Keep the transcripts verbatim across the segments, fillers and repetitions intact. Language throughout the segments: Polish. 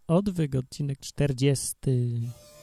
Odwyk, odcinek czterdziesty.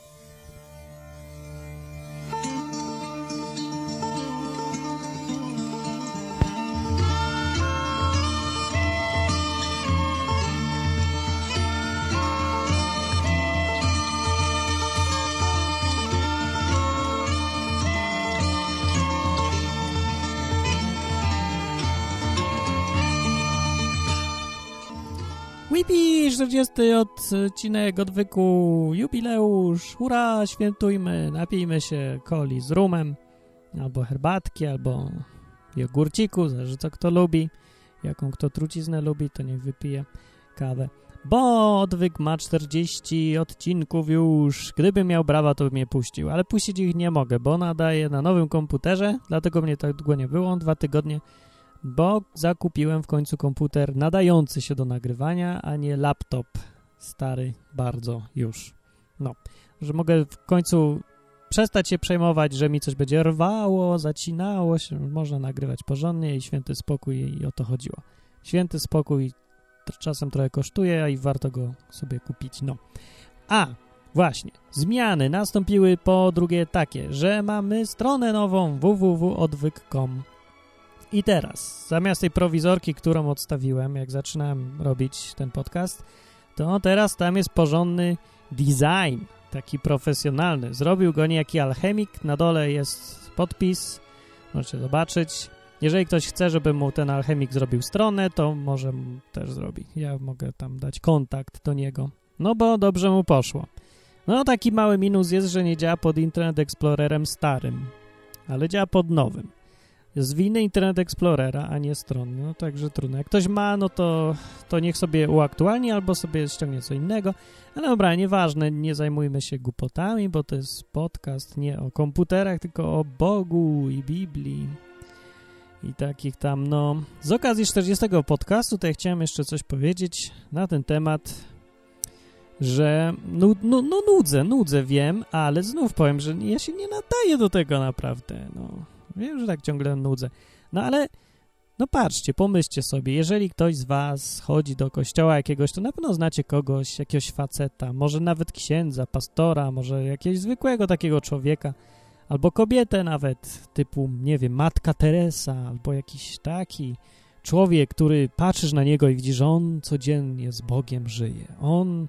Wipi, czterdziesty odcinek odwyku, jubileusz, hurra, świętujmy, napijmy się coli z rumem, albo herbatki, albo jogurciku, zależy co kto lubi, jaką kto truciznę lubi, to niech wypije kawę. Bo odwyk ma czterdzieści odcinków już, gdybym miał brawa, to bym je puścił, ale puścić ich nie mogę, bo nadaję na nowym komputerze, dlatego mnie tak długo nie było, dwa tygodnie, bo zakupiłem w końcu komputer nadający się do nagrywania, a nie laptop stary bardzo już. No, że mogę w końcu przestać się przejmować, że mi coś będzie rwało, zacinało się, można nagrywać porządnie i święty spokój i o to chodziło. Święty spokój czasem trochę kosztuje, a i warto go sobie kupić, no. A, właśnie, zmiany nastąpiły po drugie takie, że mamy stronę nową w w w kropka odwyk kropka com. I teraz, zamiast tej prowizorki, którą odstawiłem, jak zaczynałem robić ten podcast, to teraz tam jest porządny design, taki profesjonalny. Zrobił go niejaki alchemik, na dole jest podpis, możecie zobaczyć. Jeżeli ktoś chce, żeby mu ten alchemik zrobił stronę, to może mu też zrobi. Ja mogę tam dać kontakt do niego, no bo dobrze mu poszło. No taki mały minus jest, że nie działa pod Internet Explorerem starym, ale działa pod nowym. Z winy Internet Explorera, a nie strony, no także trudno. Jak ktoś ma, no to, to niech sobie uaktualni albo sobie ściągnie co innego. Ale dobra, nieważne, nie zajmujmy się głupotami, bo to jest podcast nie o komputerach, tylko o Bogu i Biblii i takich tam, no. Z okazji czterdziestego podcastu tutaj chciałem jeszcze coś powiedzieć na ten temat, że nu, nu, no nudzę, nudzę, wiem, ale znów powiem, że ja się nie nadaję do tego naprawdę, no. Wiem, że tak ciągle nudzę. No ale, no patrzcie, pomyślcie sobie, jeżeli ktoś z was chodzi do kościoła jakiegoś, to na pewno znacie kogoś, jakiegoś faceta, może nawet księdza, pastora, może jakiegoś zwykłego takiego człowieka, albo kobietę nawet, typu, nie wiem, Matka Teresa, albo jakiś taki człowiek, który patrzysz na niego i widzisz, że on codziennie z Bogiem żyje. On,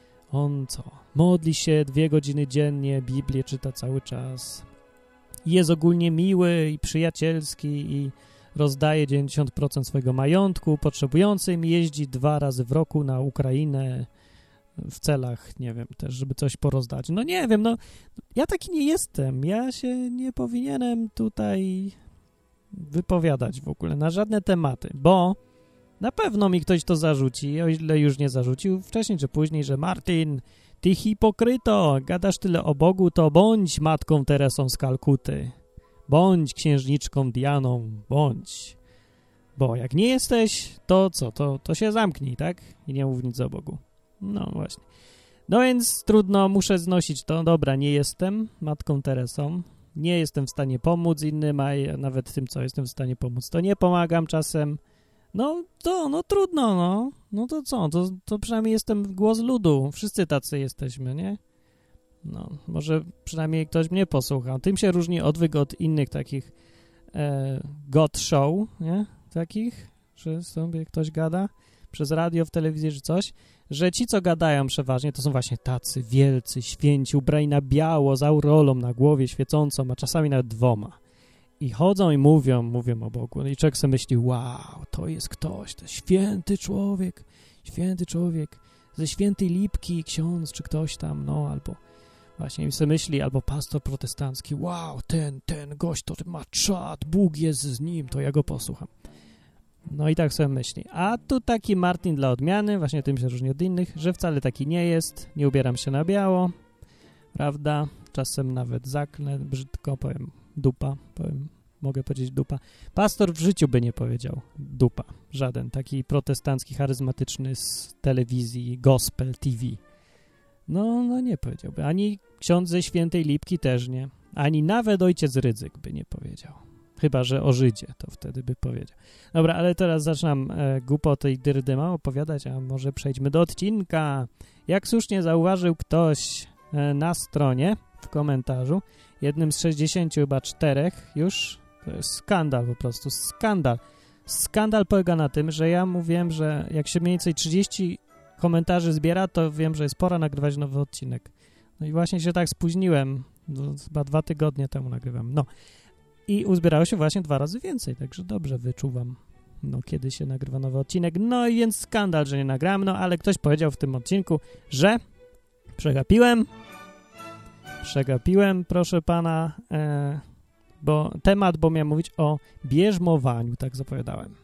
on co? Modli się dwie godziny dziennie, Biblię czyta cały czas. Jest ogólnie miły i przyjacielski i rozdaje dziewięćdziesiąt procent swojego majątku potrzebującym i jeździ dwa razy w roku na Ukrainę w celach, nie wiem, też, żeby coś porozdać. No nie wiem, no ja taki nie jestem. Ja się nie powinienem tutaj wypowiadać w ogóle na żadne tematy, bo na pewno mi ktoś to zarzuci, o ile już nie zarzucił wcześniej czy później, że Martin, ty hipokryto, gadasz tyle o Bogu, to bądź Matką Teresą z Kalkuty, bądź księżniczką Dianą, bądź. Bo jak nie jesteś, to co? To, to się zamknij, tak? I nie mów nic o Bogu. No właśnie. No więc trudno, muszę znosić to. Dobra, nie jestem Matką Teresą, nie jestem w stanie pomóc innym, a nawet tym, co jestem w stanie pomóc, to nie pomagam czasem. No to, no trudno, no. No to co? To, to przynajmniej jestem głos ludu. Wszyscy tacy jesteśmy, nie? No, może przynajmniej ktoś mnie posłucha. Tym się różni odwyk od innych takich e, God show, nie? Takich, że sobie ktoś gada przez radio, w telewizji czy coś, że ci, co gadają przeważnie, to są właśnie tacy wielcy, święci, ubrani na biało, z aureolą na głowie świecącą, a czasami nawet dwoma. I chodzą i mówią, mówią o Bogu. No i człowiek sobie myśli, wow, to jest ktoś, to jest święty człowiek, święty człowiek, ze świętej Lipki, ksiądz czy ktoś tam, no, albo właśnie sobie myśli, albo pastor protestancki, wow, ten, ten gość, to ma czad, Bóg jest z nim, to ja go posłucham. No i tak sobie myśli. A tu taki Martin dla odmiany, właśnie tym się różni od innych, że wcale taki nie jest, nie ubieram się na biało, prawda, czasem nawet zaklnę, brzydko powiem, dupa, powiem, mogę powiedzieć dupa. Pastor w życiu by nie powiedział dupa, żaden, taki protestancki, charyzmatyczny z telewizji, gospel, T V. No, no nie powiedziałby. Ani ksiądz ze świętej Lipki też nie. Ani nawet ojciec Rydzyk by nie powiedział. Chyba że o Żydzie, to wtedy by powiedział. Dobra, ale teraz zaczynam e, głupoty i dyrdymę opowiadać, a może przejdźmy do odcinka. Jak słusznie zauważył ktoś na stronie, w komentarzu, jednym z sześćdziesięciu chyba czterech już, to jest skandal po prostu, skandal. Skandal polega na tym, że ja mówiłem, że jak się mniej więcej trzydzieści komentarzy zbiera, to wiem, że jest pora nagrywać nowy odcinek. No i właśnie się tak spóźniłem, no, chyba dwa tygodnie temu nagrywam, no. I uzbierało się właśnie dwa razy więcej, także dobrze wyczuwam, no, kiedy się nagrywa nowy odcinek. No i więc skandal, że nie nagrałem, no, ale ktoś powiedział w tym odcinku, że przegapiłem, przegapiłem, proszę pana, e, bo temat, bo miałem mówić o bierzmowaniu, tak zapowiadałem,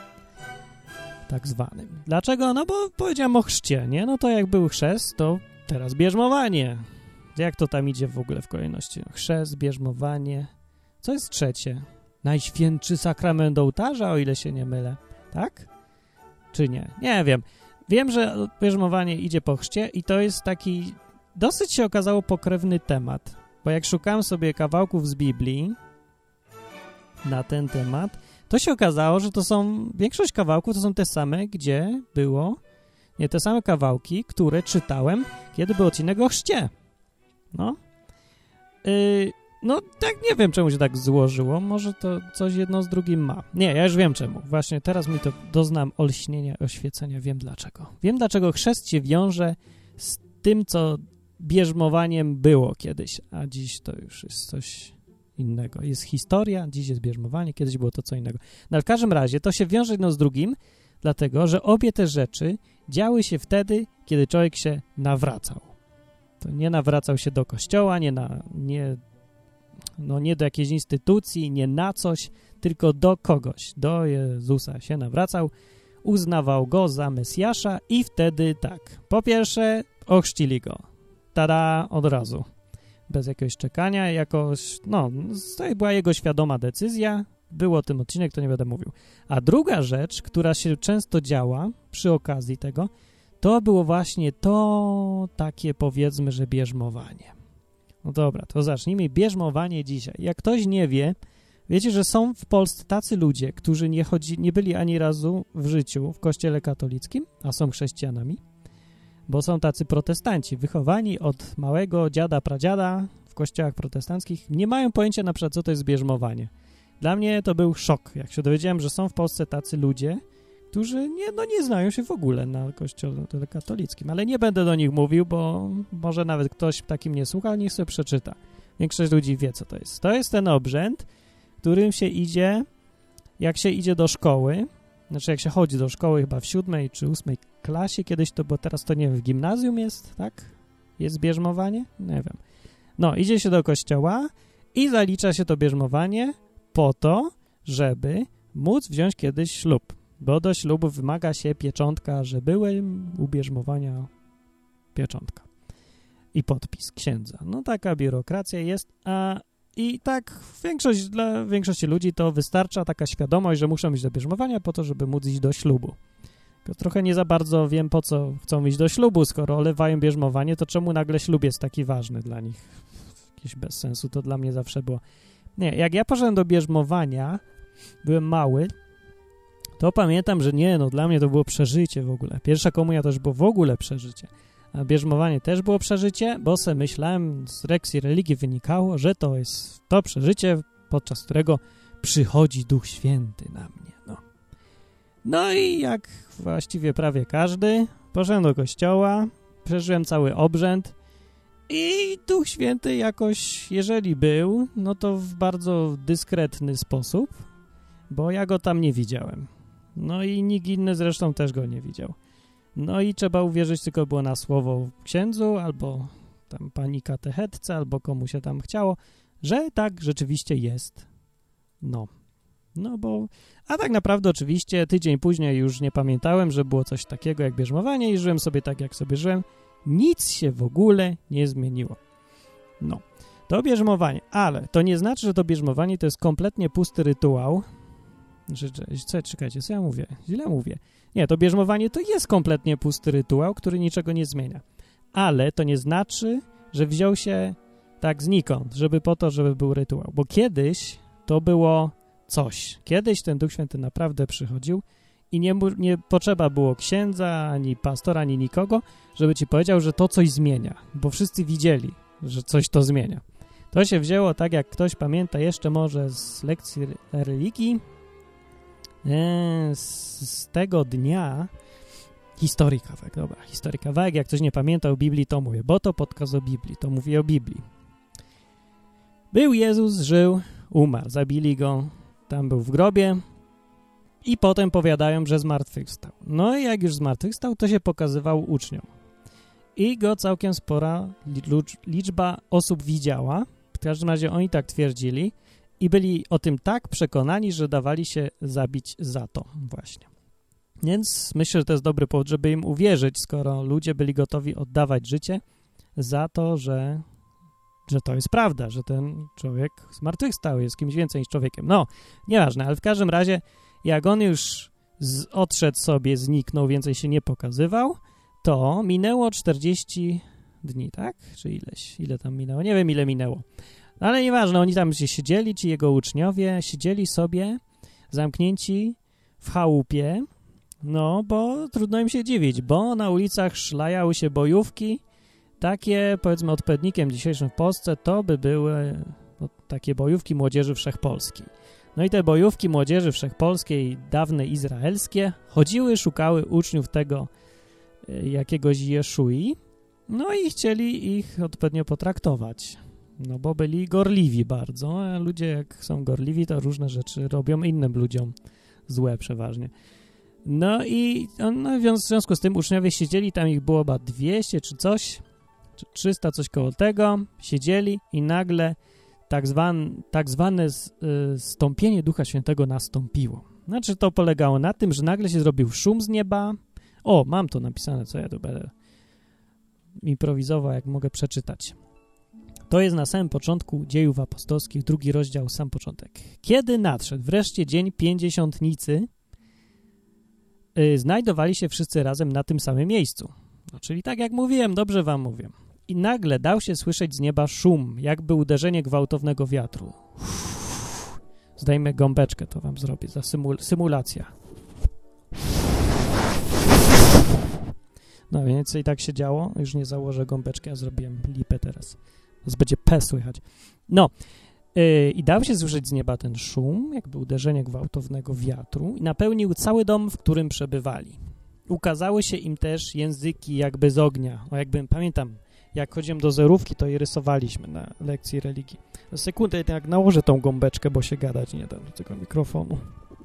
tak zwanym. Dlaczego? No bo powiedziałem o chrzcie, nie? No to jak był chrzest, to teraz bierzmowanie. Jak to tam idzie w ogóle w kolejności? Chrzest, bierzmowanie. Co jest trzecie? Najświętszy sakrament ołtarza, o ile się nie mylę. Tak? Czy nie? Nie wiem. Wiem, że bierzmowanie idzie po chrzcie i to jest taki dosyć się okazało pokrewny temat. Bo jak szukałem sobie kawałków z Biblii na ten temat, to się okazało, że to są, większość kawałków to są te same, gdzie było, nie te same kawałki, które czytałem, kiedy był odcinek o chrzcie. No. Yy, no, tak nie wiem, czemu się tak złożyło. Może to coś jedno z drugim ma. Nie, ja już wiem czemu. Właśnie teraz mi to doznam olśnienia, oświecenia. Wiem dlaczego. Wiem, dlaczego chrzest się wiąże z tym, co bierzmowaniem było kiedyś, a dziś to już jest coś innego. Jest historia, dziś jest bierzmowanie, kiedyś było to co innego. No, ale w każdym razie to się wiąże jedno z drugim, dlatego, że obie te rzeczy działy się wtedy, kiedy człowiek się nawracał. To nie nawracał się do kościoła, nie, na, nie, no nie do jakiejś instytucji, nie na coś, tylko do kogoś. Do Jezusa się nawracał, uznawał Go za Mesjasza i wtedy tak, po pierwsze ochrzcili Go. Tada, od razu. Bez jakiegoś czekania, jakoś, no, to była jego świadoma decyzja, było o tym odcinek, to nie będę mówił. A druga rzecz, która się często działa przy okazji tego, to było właśnie to takie, powiedzmy, że bierzmowanie. No dobra, to zacznijmy. Bierzmowanie dzisiaj. Jak ktoś nie wie, wiecie, że są w Polsce tacy ludzie, którzy nie, chodzi, nie byli ani razu w życiu w kościele katolickim, a są chrześcijanami, bo są tacy protestanci, wychowani od małego dziada, pradziada w kościołach protestanckich, nie mają pojęcia na przykład, co to jest bierzmowanie. Dla mnie to był szok, jak się dowiedziałem, że są w Polsce tacy ludzie, którzy nie, no nie znają się w ogóle na kościele katolickim, ale nie będę do nich mówił, bo może nawet ktoś takim nie słucha, niech sobie przeczyta. Większość ludzi wie, co to jest. To jest ten obrzęd, którym się idzie, jak się idzie do szkoły, znaczy jak się chodzi do szkoły chyba w siódmej czy ósmej klasie, kiedyś to, bo teraz to nie wiem, w gimnazjum jest, tak? Jest bierzmowanie? Nie wiem. No, idzie się do kościoła i zalicza się to bierzmowanie po to, żeby móc wziąć kiedyś ślub, bo do ślubu wymaga się pieczątka, że byłem u bierzmowania pieczątka i podpis księdza. No taka biurokracja jest, a i tak większość, dla większości ludzi to wystarcza taka świadomość, że muszą iść do bierzmowania po to, żeby móc iść do ślubu. Tylko trochę nie za bardzo wiem, po co chcą iść do ślubu, skoro olewają bierzmowanie, to czemu nagle ślub jest taki ważny dla nich? Jakiś bez sensu, to dla mnie zawsze było. Nie, jak ja poszedłem do bierzmowania, byłem mały, to pamiętam, że nie, no dla mnie to było przeżycie w ogóle. Pierwsza komunia to już było w ogóle przeżycie. A bierzmowanie też było przeżycie, bo se myślałem, z lekcji religii wynikało, że to jest to przeżycie, podczas którego przychodzi Duch Święty na mnie. No, no i jak właściwie prawie każdy, poszedłem do kościoła, przeżyłem cały obrzęd i Duch Święty jakoś, jeżeli był, no to w bardzo dyskretny sposób, bo ja go tam nie widziałem. No i nikt inny zresztą też go nie widział. No i trzeba uwierzyć tylko było na słowo księdzu, albo tam pani katechetce, albo komu się tam chciało, że tak rzeczywiście jest. No. No bo... A tak naprawdę oczywiście tydzień później już nie pamiętałem, że było coś takiego jak bierzmowanie i żyłem sobie tak, jak sobie żyłem. Nic się w ogóle nie zmieniło. No. To bierzmowanie. Ale to nie znaczy, że to bierzmowanie to jest kompletnie pusty rytuał. Co, czekajcie, co ja mówię? Źle mówię. Nie, to bierzmowanie to jest kompletnie pusty rytuał, który niczego nie zmienia. Ale to nie znaczy, że wziął się tak znikąd, żeby po to, żeby był rytuał. Bo kiedyś to było coś. Kiedyś ten Duch Święty naprawdę przychodził i nie, nie potrzeba było księdza, ani pastora, ani nikogo, żeby ci powiedział, że to coś zmienia, bo wszyscy widzieli, że coś to zmienia. To się wzięło, tak jak ktoś pamięta jeszcze może z lekcji religii, e, z, z tego dnia, historii kawałek, dobra, historii kawałek, jak ktoś nie pamięta o Biblii, to mówię, bo to podcast o Biblii, to mówię o Biblii. Był Jezus, żył, umarł, zabili go, tam był w grobie i potem powiadają, że zmartwychwstał. No i jak już zmartwychwstał, to się pokazywał uczniom. I go całkiem spora liczba osób widziała, w każdym razie oni tak twierdzili i byli o tym tak przekonani, że dawali się zabić za to właśnie. Więc myślę, że to jest dobry powód, żeby im uwierzyć, skoro ludzie byli gotowi oddawać życie za to, że, że to jest prawda, że ten człowiek zmartwychwstał, jest kimś więcej niż człowiekiem. No, nieważne, ale w każdym razie, jak on już z, odszedł sobie, zniknął, więcej się nie pokazywał, to minęło czterdzieści dni, tak? Czy ileś? Ile tam minęło? Nie wiem, ile minęło. No, ale nieważne, oni tam się siedzieli, ci jego uczniowie, siedzieli sobie zamknięci w chałupie, no, bo trudno im się dziwić, bo na ulicach szlajały się bojówki, takie, powiedzmy, odpowiednikiem dzisiejszym w Polsce, to by były no, takie bojówki młodzieży wszechpolskiej. No i te bojówki młodzieży wszechpolskiej, dawne izraelskie, chodziły, szukały uczniów tego y, jakiegoś Jeszui, no i chcieli ich odpowiednio potraktować, no bo byli gorliwi bardzo, a ludzie jak są gorliwi, to różne rzeczy robią innym ludziom złe przeważnie. No i no, w związku z tym uczniowie siedzieli, tam ich było chyba dwieście czy coś, czy trzysta, coś koło tego, siedzieli i nagle tak, zwan, tak zwane z, y, stąpienie Ducha Świętego nastąpiło. Znaczy to polegało na tym, że nagle się zrobił szum z nieba. O, mam to napisane, co ja tu będę improwizował, jak mogę przeczytać. To jest na samym początku Dziejów Apostolskich, drugi rozdział, sam początek. Kiedy nadszedł wreszcie dzień pięćdziesiątnicy, yy, znajdowali się wszyscy razem na tym samym miejscu. No, czyli tak jak mówiłem, dobrze wam mówię. I nagle dał się słyszeć z nieba szum, jakby uderzenie gwałtownego wiatru. Uff, zdajmy gąbeczkę, to wam zrobię, za symul symulacja. No więc i tak się działo, już nie założę gąbeczki, a zrobiłem lipę teraz. Teraz będzie P słychać. No yy, i dał się słyszeć z nieba ten szum, jakby uderzenie gwałtownego wiatru i napełnił cały dom, w którym przebywali. Ukazały się im też języki jakby z ognia. O, jakbym, pamiętam, jak chodziłem do zerówki, to je rysowaliśmy na lekcji religii. Na sekundę jak nałożę tą gąbeczkę, bo się gadać nie da do tego mikrofonu.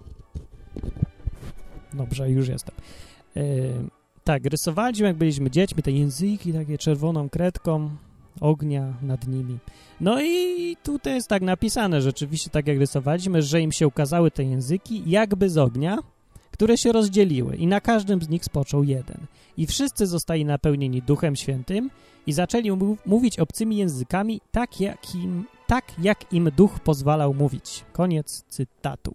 Dobrze, już jestem. Yy, tak, rysowaliśmy, jak byliśmy dziećmi, te języki takie czerwoną kredką, ognia nad nimi. No i tutaj jest tak napisane, rzeczywiście tak jak rysowaliśmy, że im się ukazały te języki jakby z ognia, które się rozdzieliły i na każdym z nich spoczął jeden. I wszyscy zostali napełnieni Duchem Świętym i zaczęli mów mówić obcymi językami tak jak, im, tak, jak im Duch pozwalał mówić. Koniec cytatu.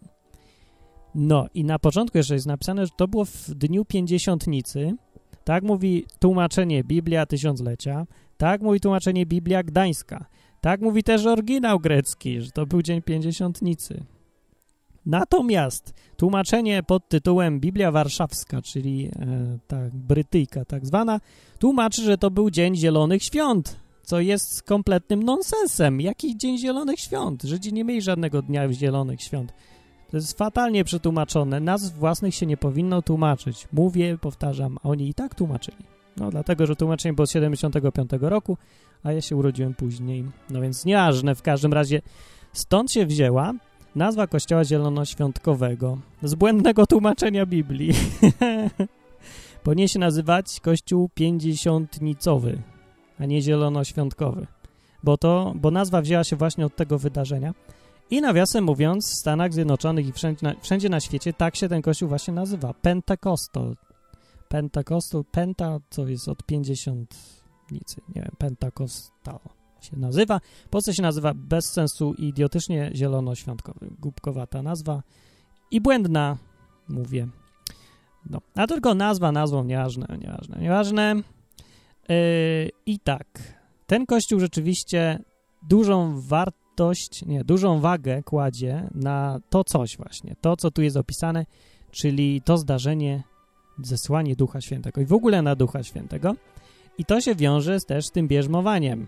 No i na początku jeszcze jest napisane, że to było w dniu Pięćdziesiątnicy. Tak mówi tłumaczenie Biblia Tysiąclecia. Tak mówi tłumaczenie Biblia Gdańska. Tak mówi też oryginał grecki, że to był dzień Pięćdziesiątnicy. Natomiast tłumaczenie pod tytułem Biblia Warszawska, czyli e, ta Brytyjka tak zwana, tłumaczy, że to był Dzień Zielonych Świąt, co jest kompletnym nonsensem. Jaki Dzień Zielonych Świąt? Żydzi nie mieli żadnego Dnia Zielonych Świąt. To jest fatalnie przetłumaczone. Nazw własnych się nie powinno tłumaczyć. Mówię, powtarzam, a oni i tak tłumaczyli. No dlatego, że tłumaczenie było z siedemdziesiątego piątego roku, a ja się urodziłem później. No więc nieważne, w każdym razie stąd się wzięła nazwa kościoła zielonoświątkowego z błędnego tłumaczenia Biblii. Powinien się nazywać kościół pięćdziesiątnicowy, a nie zielonoświątkowy, bo, to, bo nazwa wzięła się właśnie od tego wydarzenia. I nawiasem mówiąc, w Stanach Zjednoczonych i wszędzie na, wszędzie na świecie tak się ten kościół właśnie nazywa. Pentecostal. Pentecostal, penta, co jest od pięćdziesiątnicy, nie wiem, Pentecostal się nazywa. Po co się nazywa? Bez sensu i idiotycznie zielonoświątkowy. Głupkowata nazwa i błędna, mówię. No, a tylko nazwa, nazwą, nieważne, nieważne, nieważne. Yy, I tak, ten kościół rzeczywiście dużą wartość, nie, dużą wagę kładzie na to coś właśnie, to, co tu jest opisane, czyli to zdarzenie, zesłanie Ducha Świętego i w ogóle na Ducha Świętego. I to się wiąże też z tym bierzmowaniem.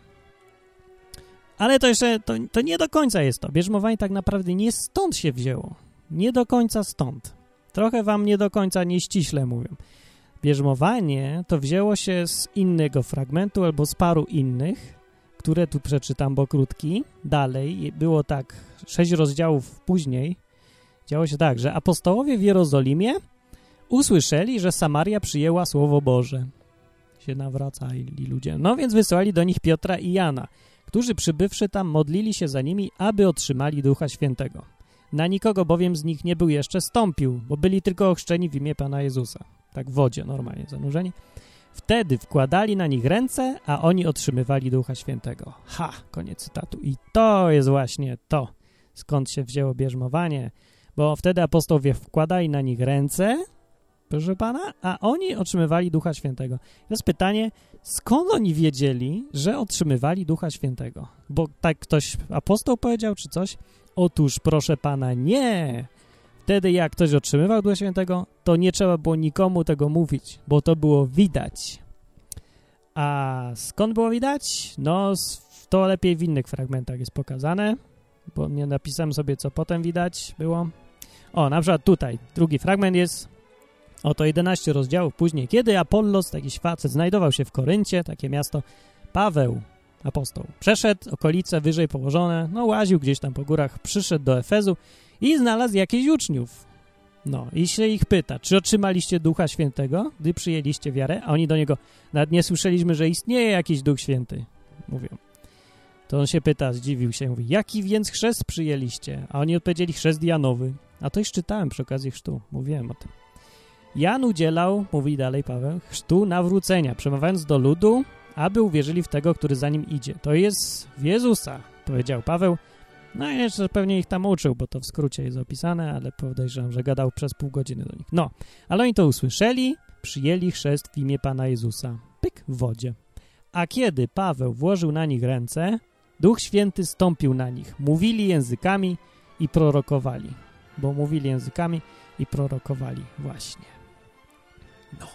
Ale to jeszcze, to, to nie do końca jest to. Bierzmowanie tak naprawdę nie stąd się wzięło. Nie do końca stąd. Trochę wam nie do końca nieściśle mówię. Bierzmowanie to wzięło się z innego fragmentu albo z paru innych, które tu przeczytam, bo krótki. Dalej było tak, sześć rozdziałów później, działo się tak, że apostołowie w Jerozolimie usłyszeli, że Samaria przyjęła Słowo Boże. Się nawracali ludzie. No więc wysłali do nich Piotra i Jana, którzy przybywszy tam modlili się za nimi, aby otrzymali Ducha Świętego. Na nikogo bowiem z nich nie był jeszcze stąpił, bo byli tylko ochrzczeni w imię Pana Jezusa. Tak w wodzie normalnie zanurzeni. Wtedy wkładali na nich ręce, a oni otrzymywali Ducha Świętego. Ha! Koniec cytatu. I to jest właśnie to, skąd się wzięło bierzmowanie, bo wtedy apostołowie wkładali na nich ręce, proszę Pana, a oni otrzymywali Ducha Świętego. To jest pytanie, skąd oni wiedzieli, że otrzymywali Ducha Świętego? Bo tak ktoś, apostoł powiedział, czy coś? Otóż, proszę Pana, nie! Wtedy jak ktoś otrzymywał Ducha Świętego, to nie trzeba było nikomu tego mówić, bo to było widać. A skąd było widać? No, to lepiej w innych fragmentach jest pokazane, bo nie napisałem sobie, co potem widać było. O, na przykład tutaj, drugi fragment jest, oto jedenaście rozdziałów później, kiedy Apollos, taki facet, znajdował się w Koryncie, takie miasto, Paweł, apostoł, przeszedł okolice wyżej położone, no łaził gdzieś tam po górach, przyszedł do Efezu i znalazł jakichś uczniów. No i się ich pyta, czy otrzymaliście Ducha Świętego, gdy przyjęliście wiarę? A oni do niego, nawet nie słyszeliśmy, że istnieje jakiś Duch Święty, mówią. To on się pyta, zdziwił się, mówi, jaki więc chrzest przyjęliście? A oni odpowiedzieli, chrzest Janowy. A to już czytałem przy okazji chrztu, mówiłem o tym. Jan udzielał, mówi dalej Paweł, chrztu nawrócenia, przemawiając do ludu, aby uwierzyli w tego, który za nim idzie. To jest w Jezusa, powiedział Paweł. No i jeszcze pewnie ich tam uczył, bo to w skrócie jest opisane, ale podejrzewam, że gadał przez pół godziny do nich. No, ale oni to usłyszeli, przyjęli chrzest w imię Pana Jezusa. Pyk, w wodzie. A kiedy Paweł włożył na nich ręce, Duch Święty stąpił na nich. Mówili językami i prorokowali. Bo mówili językami i prorokowali właśnie. No.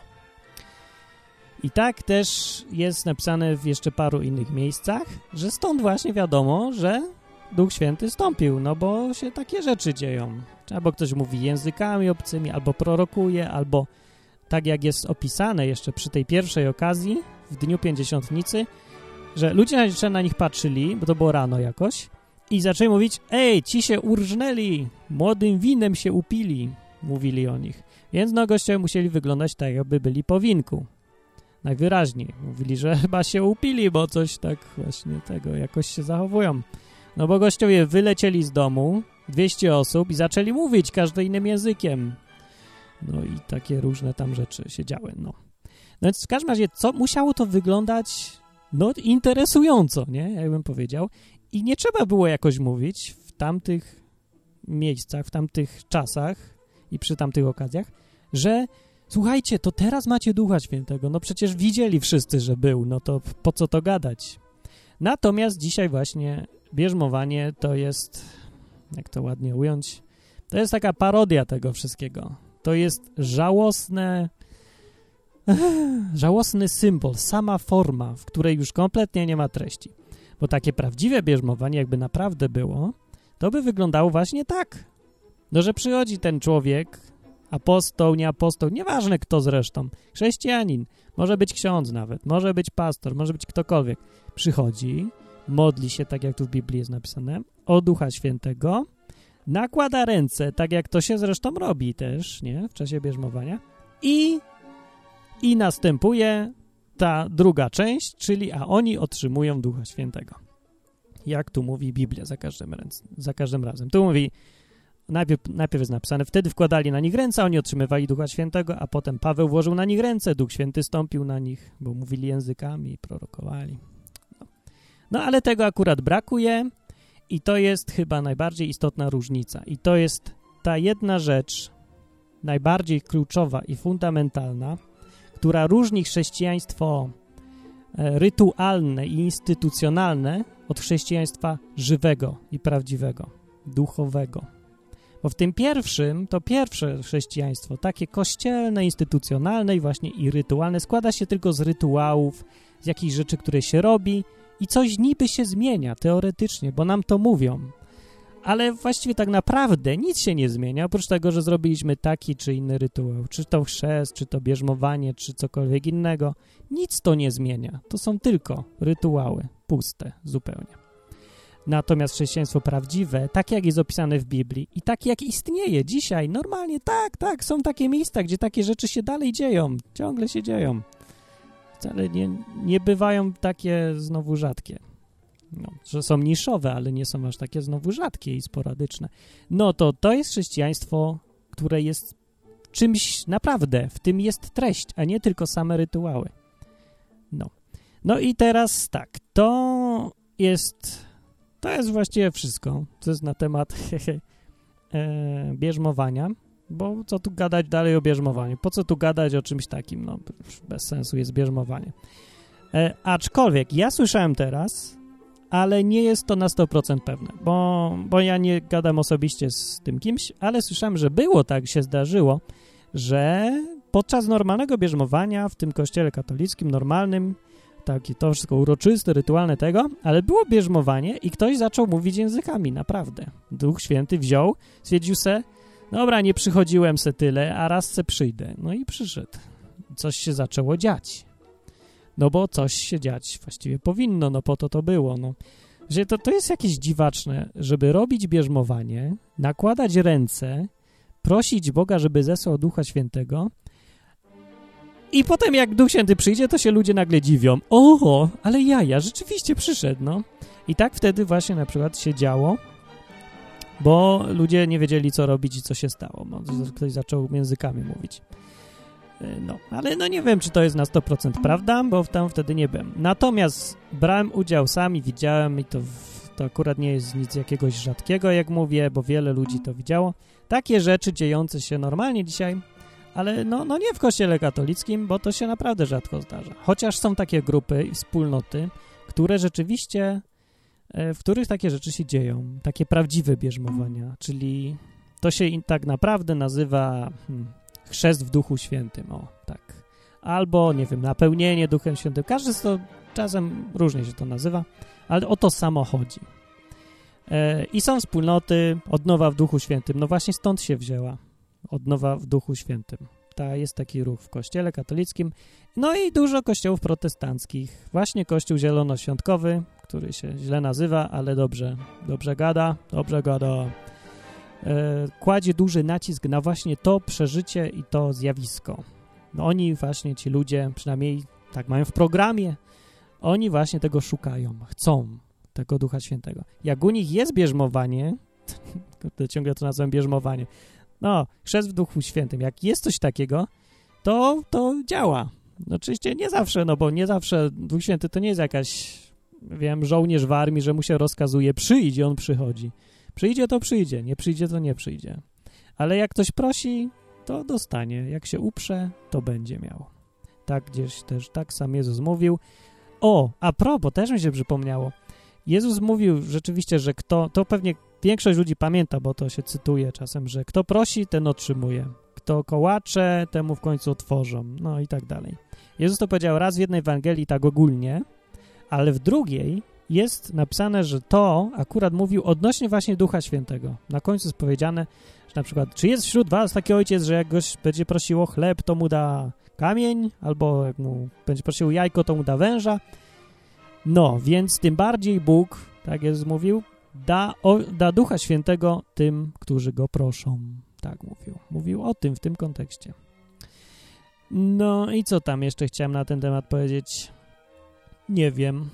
I tak też jest napisane w jeszcze paru innych miejscach, że stąd właśnie wiadomo, że Duch Święty stąpił, no bo się takie rzeczy dzieją. Albo ktoś mówi językami obcymi, albo prorokuje, albo tak jak jest opisane jeszcze przy tej pierwszej okazji, w Dniu Pięćdziesiątnicy, że ludzie jeszcze na nich patrzyli, bo to było rano jakoś, i zaczęli mówić, ej, ci się urżnęli, młodym winem się upili, mówili o nich. Więc no goście musieli wyglądać tak, jakby byli po winku. Najwyraźniej. Mówili, że chyba się upili, bo coś tak właśnie tego jakoś się zachowują. No bo gościowie wylecieli z domu, dwieście osób i zaczęli mówić każdym innym językiem. No i takie różne tam rzeczy się działy, no. No więc w każdym razie, co musiało to wyglądać, no interesująco, nie? Jakbym powiedział. I nie trzeba było jakoś mówić w tamtych miejscach, w tamtych czasach i przy tamtych okazjach, że słuchajcie, to teraz macie Ducha Świętego. No przecież widzieli wszyscy, że był, no to po co to gadać? Natomiast dzisiaj właśnie bierzmowanie to jest, jak to ładnie ująć, to jest taka parodia tego wszystkiego. To jest żałosne, żałosny symbol, sama forma, w której już kompletnie nie ma treści. Bo takie prawdziwe bierzmowanie, jakby naprawdę było, to by wyglądało właśnie tak. No, że przychodzi ten człowiek, apostoł, nie apostoł, nieważne kto zresztą, chrześcijanin, może być ksiądz nawet, może być pastor, może być ktokolwiek, przychodzi, modli się, tak jak tu w Biblii jest napisane, o Ducha Świętego, nakłada ręce, tak jak to się zresztą robi też, nie, w czasie bierzmowania i, i następuje ta druga część, czyli a oni otrzymują Ducha Świętego. Jak tu mówi Biblia za każdym, ręce, za każdym razem. Tu mówi, najpierw, najpierw jest napisane, wtedy wkładali na nich ręce, oni otrzymywali Ducha Świętego, a potem Paweł włożył na nich ręce, Duch Święty stąpił na nich, bo mówili językami i prorokowali. No. no ale tego akurat brakuje i to jest chyba najbardziej istotna różnica. I to jest ta jedna rzecz, najbardziej kluczowa i fundamentalna, która różni chrześcijaństwo rytualne i instytucjonalne od chrześcijaństwa żywego i prawdziwego, duchowego. Bo w tym pierwszym, to pierwsze chrześcijaństwo, takie kościelne, instytucjonalne i właśnie i rytualne, składa się tylko z rytuałów, z jakichś rzeczy, które się robi i coś niby się zmienia teoretycznie, bo nam to mówią. Ale właściwie tak naprawdę nic się nie zmienia, oprócz tego, że zrobiliśmy taki czy inny rytuał, czy to chrzest, czy to bierzmowanie, czy cokolwiek innego. Nic to nie zmienia. To są tylko rytuały, puste zupełnie. Natomiast chrześcijaństwo prawdziwe, takie jak jest opisane w Biblii i takie jak istnieje dzisiaj, normalnie tak, tak, są takie miejsca, gdzie takie rzeczy się dalej dzieją, ciągle się dzieją. Wcale nie, nie bywają takie znowu rzadkie. No, że są niszowe, ale nie są aż takie znowu rzadkie i sporadyczne. No to to jest chrześcijaństwo, które jest czymś naprawdę, w tym jest treść, a nie tylko same rytuały. No, no i teraz tak, to jest, to jest właściwie wszystko, co jest na temat e, bierzmowania, bo co tu gadać dalej o bierzmowaniu? Po co tu gadać o czymś takim? No, bez sensu jest bierzmowanie. E, aczkolwiek ja słyszałem teraz, ale nie jest to na sto procent pewne, bo, bo ja nie gadam osobiście z tym kimś, ale słyszałem, że było tak, się zdarzyło, że podczas normalnego bierzmowania w tym kościele katolickim, normalnym, takie to wszystko uroczyste, rytualne tego, ale było bierzmowanie i ktoś zaczął mówić językami, naprawdę. Duch Święty wziął, stwierdził se, dobra, nie przychodziłem se tyle, a raz se przyjdę. No i przyszedł. Coś się zaczęło dziać. No bo coś się dziać właściwie powinno, no po to to było, no. Że to, to jest jakieś dziwaczne, żeby robić bierzmowanie, nakładać ręce, prosić Boga, żeby zesłał Ducha Świętego i potem jak Duch Święty przyjdzie, to się ludzie nagle dziwią. Oho, ale jaja, rzeczywiście przyszedł, no. I tak wtedy właśnie na przykład się działo, bo ludzie nie wiedzieli, co robić i co się stało. No, ktoś zaczął językami mówić. No, ale no nie wiem, czy to jest na sto procent prawda, bo tam wtedy nie byłem. Natomiast brałem udział sam i widziałem i to, to akurat nie jest nic jakiegoś rzadkiego, jak mówię, bo wiele ludzi to widziało. Takie rzeczy dziejące się normalnie dzisiaj, ale no, no nie w kościele katolickim, bo to się naprawdę rzadko zdarza. Chociaż są takie grupy i wspólnoty, które rzeczywiście, w których takie rzeczy się dzieją. Takie prawdziwe bierzmowania, czyli to się tak naprawdę nazywa... Hmm, chrzest w Duchu Świętym, o, tak. Albo, nie wiem, napełnienie Duchem Świętym. Każdy z to, czasem różnie się to nazywa, ale o to samo chodzi. E, I są wspólnoty odnowa w Duchu Świętym. No właśnie stąd się wzięła odnowa w Duchu Świętym. Ta, jest taki ruch w kościele katolickim. No i dużo kościołów protestanckich. Właśnie kościół zielonoświątkowy, który się źle nazywa, ale dobrze, dobrze gada, dobrze gada. Kładzie duży nacisk na właśnie to przeżycie i to zjawisko. No oni właśnie, ci ludzie, przynajmniej tak mają w programie, oni właśnie tego szukają, chcą tego Ducha Świętego. Jak u nich jest bierzmowanie, to ciągle to nazywam bierzmowanie, no, chrzest w Duchu Świętym, jak jest coś takiego, to, to działa. No, oczywiście nie zawsze, no bo nie zawsze Duch Święty to nie jest jakaś, wiem, żołnierz w armii, że mu się rozkazuje, przyjdź i on przychodzi. Przyjdzie, to przyjdzie, nie przyjdzie, to nie przyjdzie. Ale jak ktoś prosi, to dostanie. Jak się uprze, to będzie miał. Tak gdzieś też, tak sam Jezus mówił. O, a propos, też mi się przypomniało. Jezus mówił rzeczywiście, że kto, to pewnie większość ludzi pamięta, bo to się cytuje czasem, że kto prosi, ten otrzymuje. Kto kołacze, temu w końcu otworzą. No i tak dalej. Jezus to powiedział raz w jednej Ewangelii tak ogólnie, ale w drugiej jest napisane, że to akurat mówił odnośnie właśnie Ducha Świętego. Na końcu jest powiedziane, że na przykład, czy jest wśród was taki ojciec, że jak goś będzie prosił o chleb, to mu da kamień, albo jak mu będzie prosił jajko, to mu da węża. No, więc tym bardziej Bóg, tak Jezus mówił, da, o, da Ducha Świętego tym, którzy Go proszą. Tak mówił. Mówił o tym w tym kontekście. No i co tam jeszcze chciałem na ten temat powiedzieć? Nie wiem.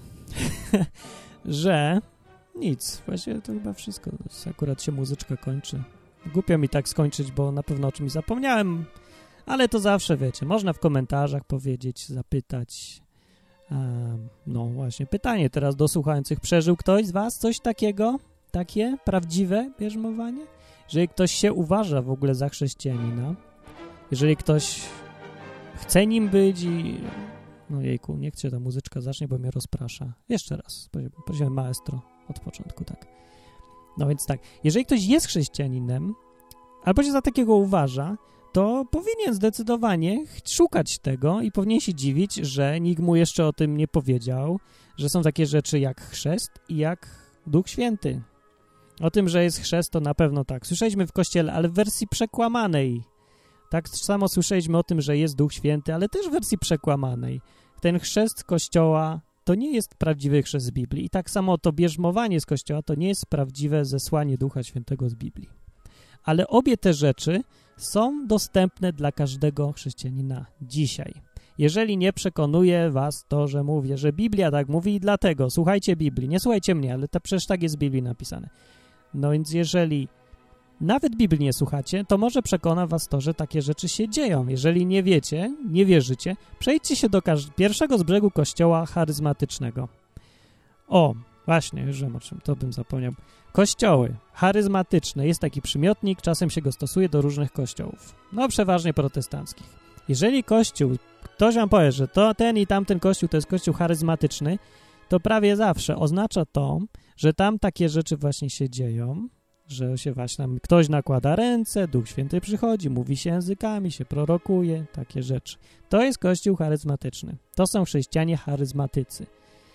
że nic, właściwie to chyba wszystko. Akurat się muzyczka kończy. Głupio mi tak skończyć, bo na pewno o czymś zapomniałem, ale to zawsze, wiecie, można w komentarzach powiedzieć, zapytać. Um, no właśnie, pytanie teraz do słuchających. Przeżył ktoś z was coś takiego? Takie prawdziwe bierzmowanie? Jeżeli ktoś się uważa w ogóle za chrześcijanina, jeżeli ktoś chce nim być i... No jejku, niech się ta muzyczka zacznie, bo mnie rozprasza. Jeszcze raz, prosiłem maestro od początku, tak. No więc tak, jeżeli ktoś jest chrześcijaninem albo się za takiego uważa, to powinien zdecydowanie szukać tego i powinien się dziwić, że nikt mu jeszcze o tym nie powiedział, że są takie rzeczy jak chrzest i jak Duch Święty. O tym, że jest chrzest, to na pewno tak. Słyszeliśmy w Kościele, ale w wersji przekłamanej. Tak samo słyszeliśmy o tym, że jest Duch Święty, ale też w wersji przekłamanej. Ten chrzest Kościoła to nie jest prawdziwy chrzest z Biblii. I tak samo to bierzmowanie z Kościoła to nie jest prawdziwe zesłanie Ducha Świętego z Biblii. Ale obie te rzeczy są dostępne dla każdego chrześcijanina dzisiaj. Jeżeli nie przekonuje was to, że mówię, że Biblia tak mówi i dlatego słuchajcie Biblii, nie słuchajcie mnie, ale to przecież tak jest w Biblii napisane. No więc jeżeli nawet Biblii nie słuchacie, to może przekona was to, że takie rzeczy się dzieją. Jeżeli nie wiecie, nie wierzycie, przejdźcie się do pierwszego z brzegu kościoła charyzmatycznego. O, właśnie, już wiem o czym, to bym zapomniał. Kościoły charyzmatyczne, jest taki przymiotnik, czasem się go stosuje do różnych kościołów, no przeważnie protestanckich. Jeżeli kościół, ktoś wam powie, że to ten i tamten kościół to jest kościół charyzmatyczny, to prawie zawsze oznacza to, że tam takie rzeczy właśnie się dzieją, że się właśnie tam ktoś nakłada ręce, Duch Święty przychodzi, mówi się językami, się prorokuje, takie rzeczy. To jest kościół charyzmatyczny. To są chrześcijanie charyzmatycy.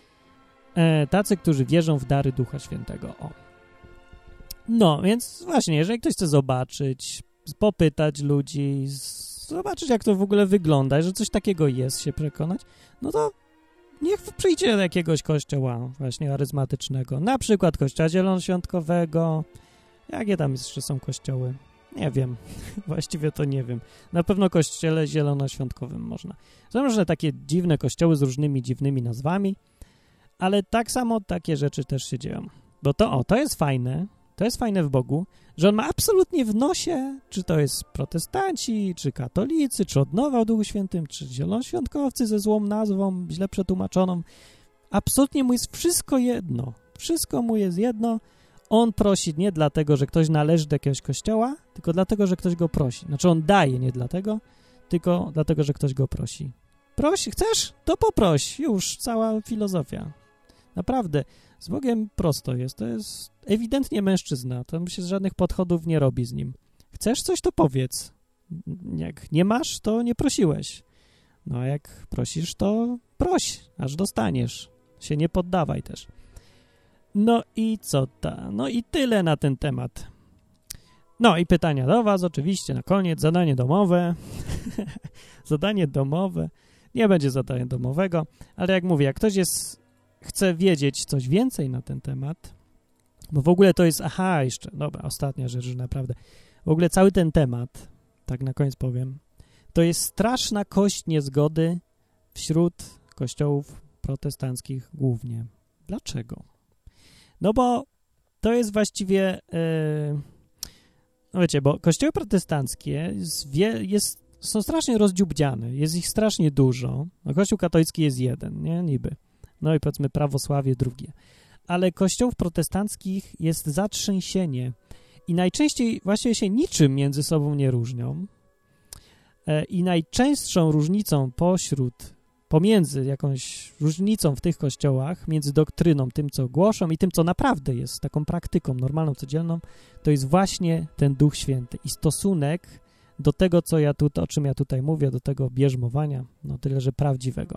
E, tacy, którzy wierzą w dary Ducha Świętego. O. No, więc właśnie, jeżeli ktoś chce zobaczyć, popytać ludzi, zobaczyć, jak to w ogóle wygląda, że coś takiego jest, się przekonać, no to niech przyjdzie do jakiegoś kościoła właśnie charyzmatycznego, na przykład kościoła zielonoświątkowego. Jakie tam jeszcze są kościoły? Nie wiem. Właściwie to nie wiem. Na pewno kościele zielonoświątkowym można. Są różne takie dziwne kościoły z różnymi dziwnymi nazwami, ale tak samo takie rzeczy też się dzieją. Bo to, o, to jest fajne, to jest fajne w Bogu, że On ma absolutnie w nosie, czy to jest protestanci, czy katolicy, czy odnowa o Duchu Świętym, czy zielonoświątkowcy ze złą nazwą, źle przetłumaczoną. Absolutnie mu jest wszystko jedno. Wszystko mu jest jedno. On prosi nie dlatego, że ktoś należy do jakiegoś kościoła, tylko dlatego, że ktoś go prosi. Znaczy on daje nie dlatego, tylko dlatego, że ktoś go prosi. Proś, chcesz? To poproś. Już, cała filozofia. Naprawdę, z Bogiem prosto jest. To jest ewidentnie mężczyzna. Tam się z żadnych podchodów nie robi z nim. Chcesz coś, to powiedz. Jak nie masz, to nie prosiłeś. No a jak prosisz, to proś, aż dostaniesz. Się nie poddawaj też. No i co ta? No i tyle na ten temat. No i pytania do was oczywiście na koniec. Zadanie domowe. Zadanie domowe. Nie będzie zadania domowego, ale jak mówię, jak ktoś jest, chce wiedzieć coś więcej na ten temat, bo w ogóle to jest, aha, jeszcze, dobra, ostatnia rzecz, że naprawdę, w ogóle cały ten temat, tak na koniec powiem, to jest straszna kość niezgody wśród kościołów protestanckich głównie. Dlaczego? No bo to jest właściwie, yy, no wiecie, bo kościoły protestanckie jest, jest, są strasznie rozdziubdziane, jest ich strasznie dużo, no kościół katolicki jest jeden, nie, niby, no i powiedzmy prawosławie drugie, ale kościołów protestanckich jest zatrzęsienie i najczęściej właściwie się niczym między sobą nie różnią yy, i najczęstszą różnicą pośród pomiędzy jakąś różnicą w tych kościołach, między doktryną, tym, co głoszą i tym, co naprawdę jest taką praktyką normalną, codzienną, to jest właśnie ten Duch Święty i stosunek do tego, co ja tu, o czym ja tutaj mówię, do tego bierzmowania, no tyle, że prawdziwego.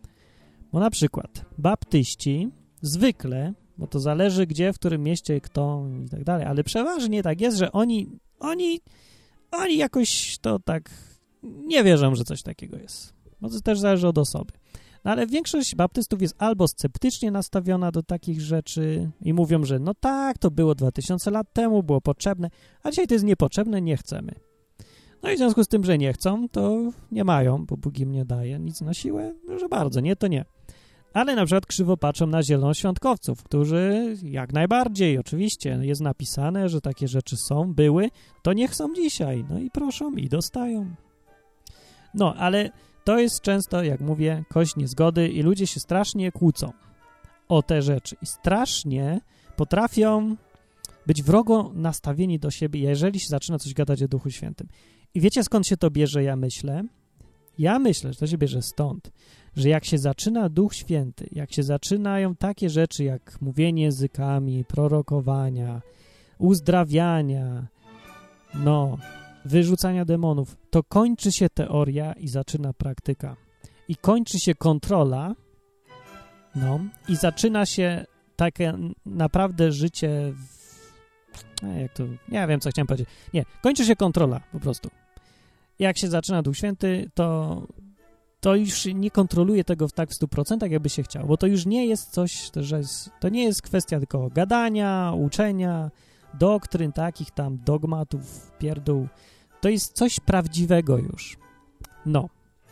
Bo na przykład baptyści zwykle, bo to zależy gdzie, w którym mieście, kto i tak dalej, ale przeważnie tak jest, że oni, oni, oni jakoś to tak nie wierzą, że coś takiego jest. No to też zależy od osoby. No ale większość baptystów jest albo sceptycznie nastawiona do takich rzeczy i mówią, że no tak, to było dwa tysiące lat temu, było potrzebne, a dzisiaj to jest niepotrzebne, nie chcemy. No i w związku z tym, że nie chcą, to nie mają, bo Bóg im nie daje nic na siłę, że bardzo, nie, to nie. Ale na przykład krzywo patrzą na zielonoświątkowców, którzy jak najbardziej, oczywiście, jest napisane, że takie rzeczy są, były, to niech są dzisiaj. No i proszą i dostają. No, ale to jest często, jak mówię, kość niezgody i ludzie się strasznie kłócą o te rzeczy i strasznie potrafią być wrogo nastawieni do siebie, jeżeli się zaczyna coś gadać o Duchu Świętym. I wiecie, skąd się to bierze, ja myślę? Ja myślę, że to się bierze stąd, że jak się zaczyna Duch Święty, jak się zaczynają takie rzeczy jak mówienie językami, prorokowania, uzdrawiania, no, wyrzucania demonów, to kończy się teoria i zaczyna praktyka. I kończy się kontrola, no, i zaczyna się takie naprawdę życie, w, nie, jak to, nie wiem, co chciałem powiedzieć. Nie, kończy się kontrola po prostu. Jak się zaczyna Duch Święty, to, to już nie kontroluje tego w tak w stu procentach, jakby się chciał, bo to już nie jest coś, że jest, to nie jest kwestia tylko gadania, uczenia, doktryn, takich tam dogmatów, pierdół. To jest coś prawdziwego już. No.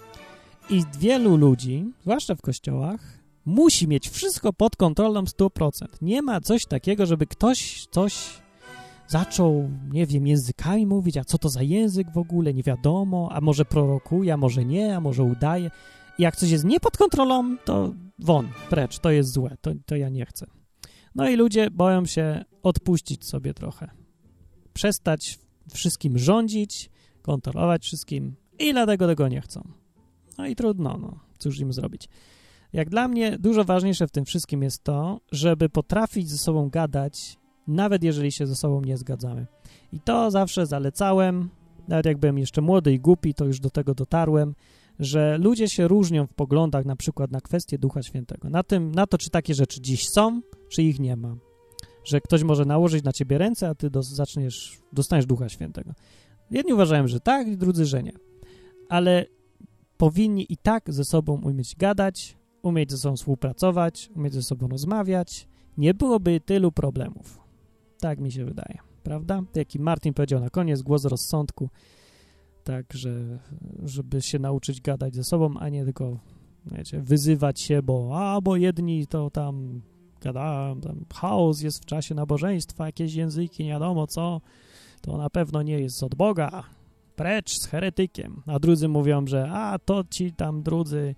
I wielu ludzi, zwłaszcza w kościołach, musi mieć wszystko pod kontrolą stu procent. Nie ma coś takiego, żeby ktoś coś zaczął, nie wiem, językami mówić, a co to za język w ogóle, nie wiadomo, a może prorokuje, a może nie, a może udaje. I jak coś jest nie pod kontrolą, to won, precz, to jest złe, to, to ja nie chcę. No i ludzie boją się odpuścić sobie trochę. Przestać wszystkim rządzić, kontrolować wszystkim i dlatego tego nie chcą. No i trudno, no, cóż im zrobić. Jak dla mnie dużo ważniejsze w tym wszystkim jest to, żeby potrafić ze sobą gadać, nawet jeżeli się ze sobą nie zgadzamy. I to zawsze zalecałem, nawet jak byłem jeszcze młody i głupi, to już do tego dotarłem, że ludzie się różnią w poglądach na przykład na kwestię Ducha Świętego. Na tym, na to, czy takie rzeczy dziś są, czy ich nie ma. Że ktoś może nałożyć na ciebie ręce, a ty dos- zaczniesz, dostaniesz Ducha Świętego. Jedni uważają, że tak, drudzy, że nie. Ale powinni i tak ze sobą umieć gadać, umieć ze sobą współpracować, umieć ze sobą rozmawiać. Nie byłoby tylu problemów. Tak mi się wydaje, prawda? Jak i Martin powiedział na koniec, głos rozsądku, tak, że żeby się nauczyć gadać ze sobą, a nie tylko, wiecie, wyzywać się, bo a, bo jedni to tam gadają, tam chaos jest w czasie nabożeństwa, jakieś języki, nie wiadomo co, to na pewno nie jest od Boga, precz z heretykiem. A drudzy mówią, że a, to ci tam drudzy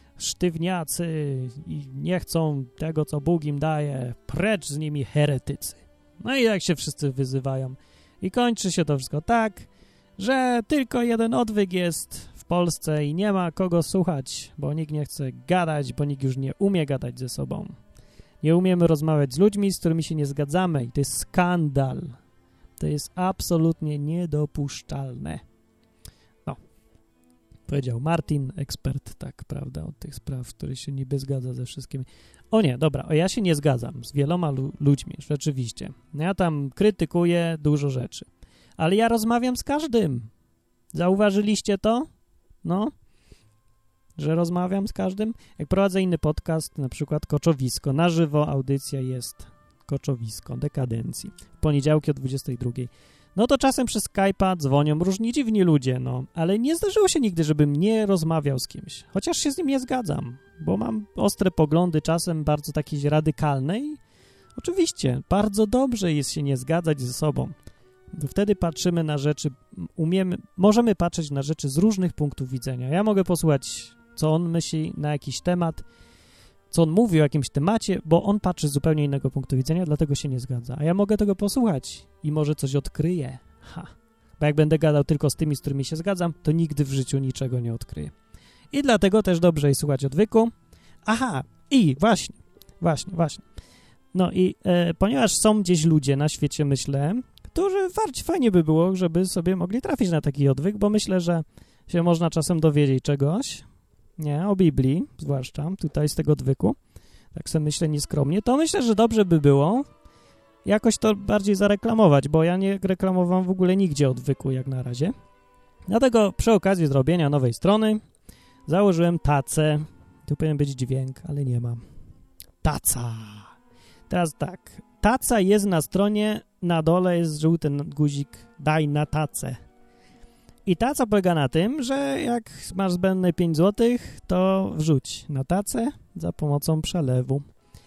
sztywniacy i nie chcą tego, co Bóg im daje, precz z nimi heretycy. No i jak się wszyscy wyzywają. I kończy się to wszystko tak, że tylko jeden odwyk jest w Polsce i nie ma kogo słuchać, bo nikt nie chce gadać, bo nikt już nie umie gadać ze sobą. Nie umiemy rozmawiać z ludźmi, z którymi się nie zgadzamy i to jest skandal. To jest absolutnie niedopuszczalne. No, powiedział Martin, ekspert, tak, prawda, od tych spraw, który się niby zgadza ze wszystkimi. O nie, dobra, o ja się nie zgadzam z wieloma lu- ludźmi, rzeczywiście. Ja tam krytykuję dużo rzeczy. Ale ja rozmawiam z każdym. Zauważyliście to? No? Że rozmawiam z każdym? Jak prowadzę inny podcast, na przykład Koczowisko, na żywo audycja jest Koczowisko, dekadencji. W poniedziałki o dwudziestej drugiej. No to czasem przez Skype'a dzwonią różni dziwni ludzie, no. Ale nie zdarzyło się nigdy, żebym nie rozmawiał z kimś. Chociaż się z nim nie zgadzam, bo mam ostre poglądy, czasem bardzo takie radykalne i oczywiście bardzo dobrze jest się nie zgadzać ze sobą. Bo wtedy patrzymy na rzeczy, umiemy, możemy patrzeć na rzeczy z różnych punktów widzenia. Ja mogę posłuchać, co on myśli na jakiś temat, co on mówi o jakimś temacie, bo on patrzy z zupełnie innego punktu widzenia, dlatego się nie zgadza. A ja mogę tego posłuchać i może coś odkryję. Ha. Bo jak będę gadał tylko z tymi, z którymi się zgadzam, to nigdy w życiu niczego nie odkryję. I dlatego też dobrze jest słuchać odwyku. Aha, i właśnie, właśnie, właśnie. No i e, ponieważ są gdzieś ludzie na świecie, myślę, którzy fajnie by było, żeby sobie mogli trafić na taki odwyk, bo myślę, że się można czasem dowiedzieć czegoś, nie, o Biblii, zwłaszcza tutaj z tego odwyku, tak sobie myślę nieskromnie, to myślę, że dobrze by było jakoś to bardziej zareklamować, bo ja nie reklamowałem w ogóle nigdzie odwyku jak na razie. Dlatego przy okazji zrobienia nowej strony założyłem tacę. Tu powinien być dźwięk, ale nie ma. Taca. Teraz tak. Taca jest na stronie, na dole jest żółty guzik daj na tacę. I taca polega na tym, że jak masz zbędne pięć złotych, to wrzuć na tacę za pomocą przelewu.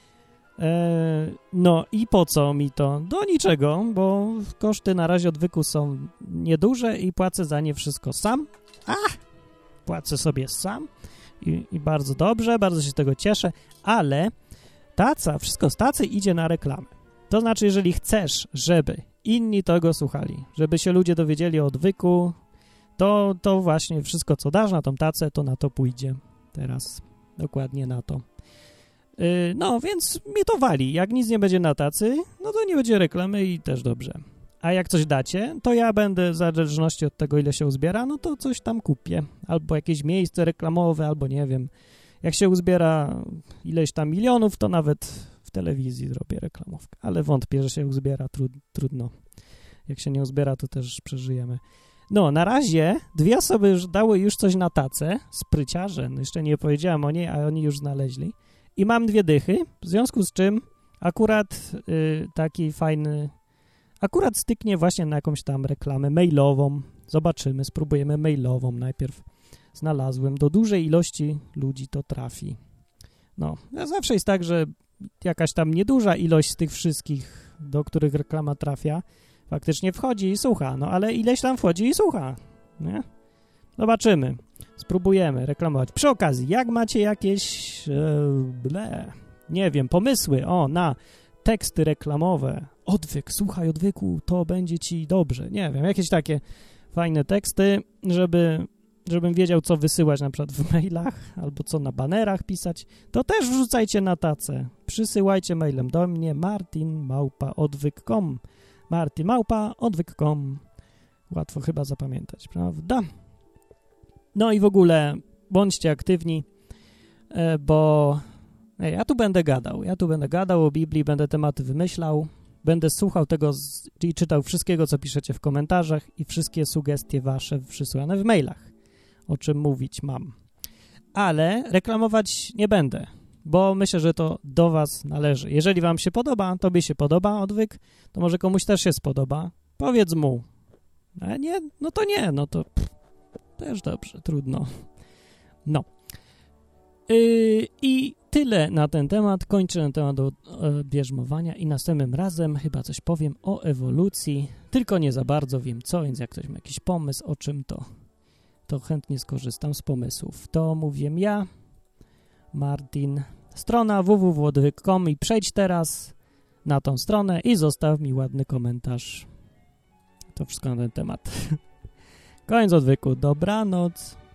Eee, no i po co mi to? Do niczego, bo koszty na razie odwyku są nieduże i płacę za nie wszystko sam. A! Płacę sobie sam i, i bardzo dobrze, bardzo się z tego cieszę, ale taca, wszystko z tacy idzie na reklamę. To znaczy, jeżeli chcesz, żeby inni tego słuchali, żeby się ludzie dowiedzieli o odwyku, to, to właśnie wszystko, co dasz na tą tacę, to na to pójdzie teraz. Dokładnie na to. Yy, no, więc mnie to wali. Jak nic nie będzie na tacy, no to nie będzie reklamy i też dobrze. A jak coś dacie, to ja będę, w zależności od tego, ile się uzbiera, no to coś tam kupię. Albo jakieś miejsce reklamowe, albo nie wiem. Jak się uzbiera ileś tam milionów, to nawet w telewizji zrobię reklamówkę. Ale wątpię, że się uzbiera, trud, trudno. Jak się nie uzbiera, to też przeżyjemy. No, na razie dwie osoby już dały już coś na tacę, spryciarze, no jeszcze nie powiedziałem o niej, a oni już znaleźli. I mam dwie dychy, w związku z czym akurat y, taki fajny, akurat styknie właśnie na jakąś tam reklamę mailową. Zobaczymy, spróbujemy mailową najpierw. Znalazłem, do dużej ilości ludzi to trafi. No, zawsze jest tak, że jakaś tam nieduża ilość z tych wszystkich, do których reklama trafia, faktycznie wchodzi i słucha, no ale ileś tam wchodzi i słucha, nie? Zobaczymy, spróbujemy reklamować. Przy okazji, jak macie jakieś, e, ble, nie wiem, pomysły, o, na teksty reklamowe, odwyk, słuchaj odwyku, to będzie ci dobrze, nie wiem, jakieś takie fajne teksty, żeby, żebym wiedział, co wysyłać na przykład w mailach, albo co na banerach pisać, to też wrzucajcie na tacę, przysyłajcie mailem do mnie martin małpa odwyk kropka com martin małpa odwyk kropka com. Łatwo chyba zapamiętać, prawda? No i w ogóle bądźcie aktywni, bo ja tu będę gadał. Ja tu będę gadał o Biblii, będę tematy wymyślał, będę słuchał tego z, i czytał wszystkiego, co piszecie w komentarzach i wszystkie sugestie wasze przysłane w mailach, o czym mówić mam. Ale reklamować nie będę, bo myślę, że to do was należy. Jeżeli wam się podoba, tobie się podoba odwyk, to może komuś też się spodoba. Powiedz mu. A nie, no to nie, no to pff, też dobrze, trudno. No. Yy, I tyle na ten temat. Kończę ten temat do e, bierzmowania i następnym razem chyba coś powiem o ewolucji. Tylko nie za bardzo wiem co, więc jak ktoś ma jakiś pomysł o czym, to, to chętnie skorzystam z pomysłów. To mówię ja, Martin. Strona w w w kropka odwyk kropka com i przejdź teraz na tą stronę i zostaw mi ładny komentarz. To wszystko na ten temat. Koniec odwyku. Dobranoc.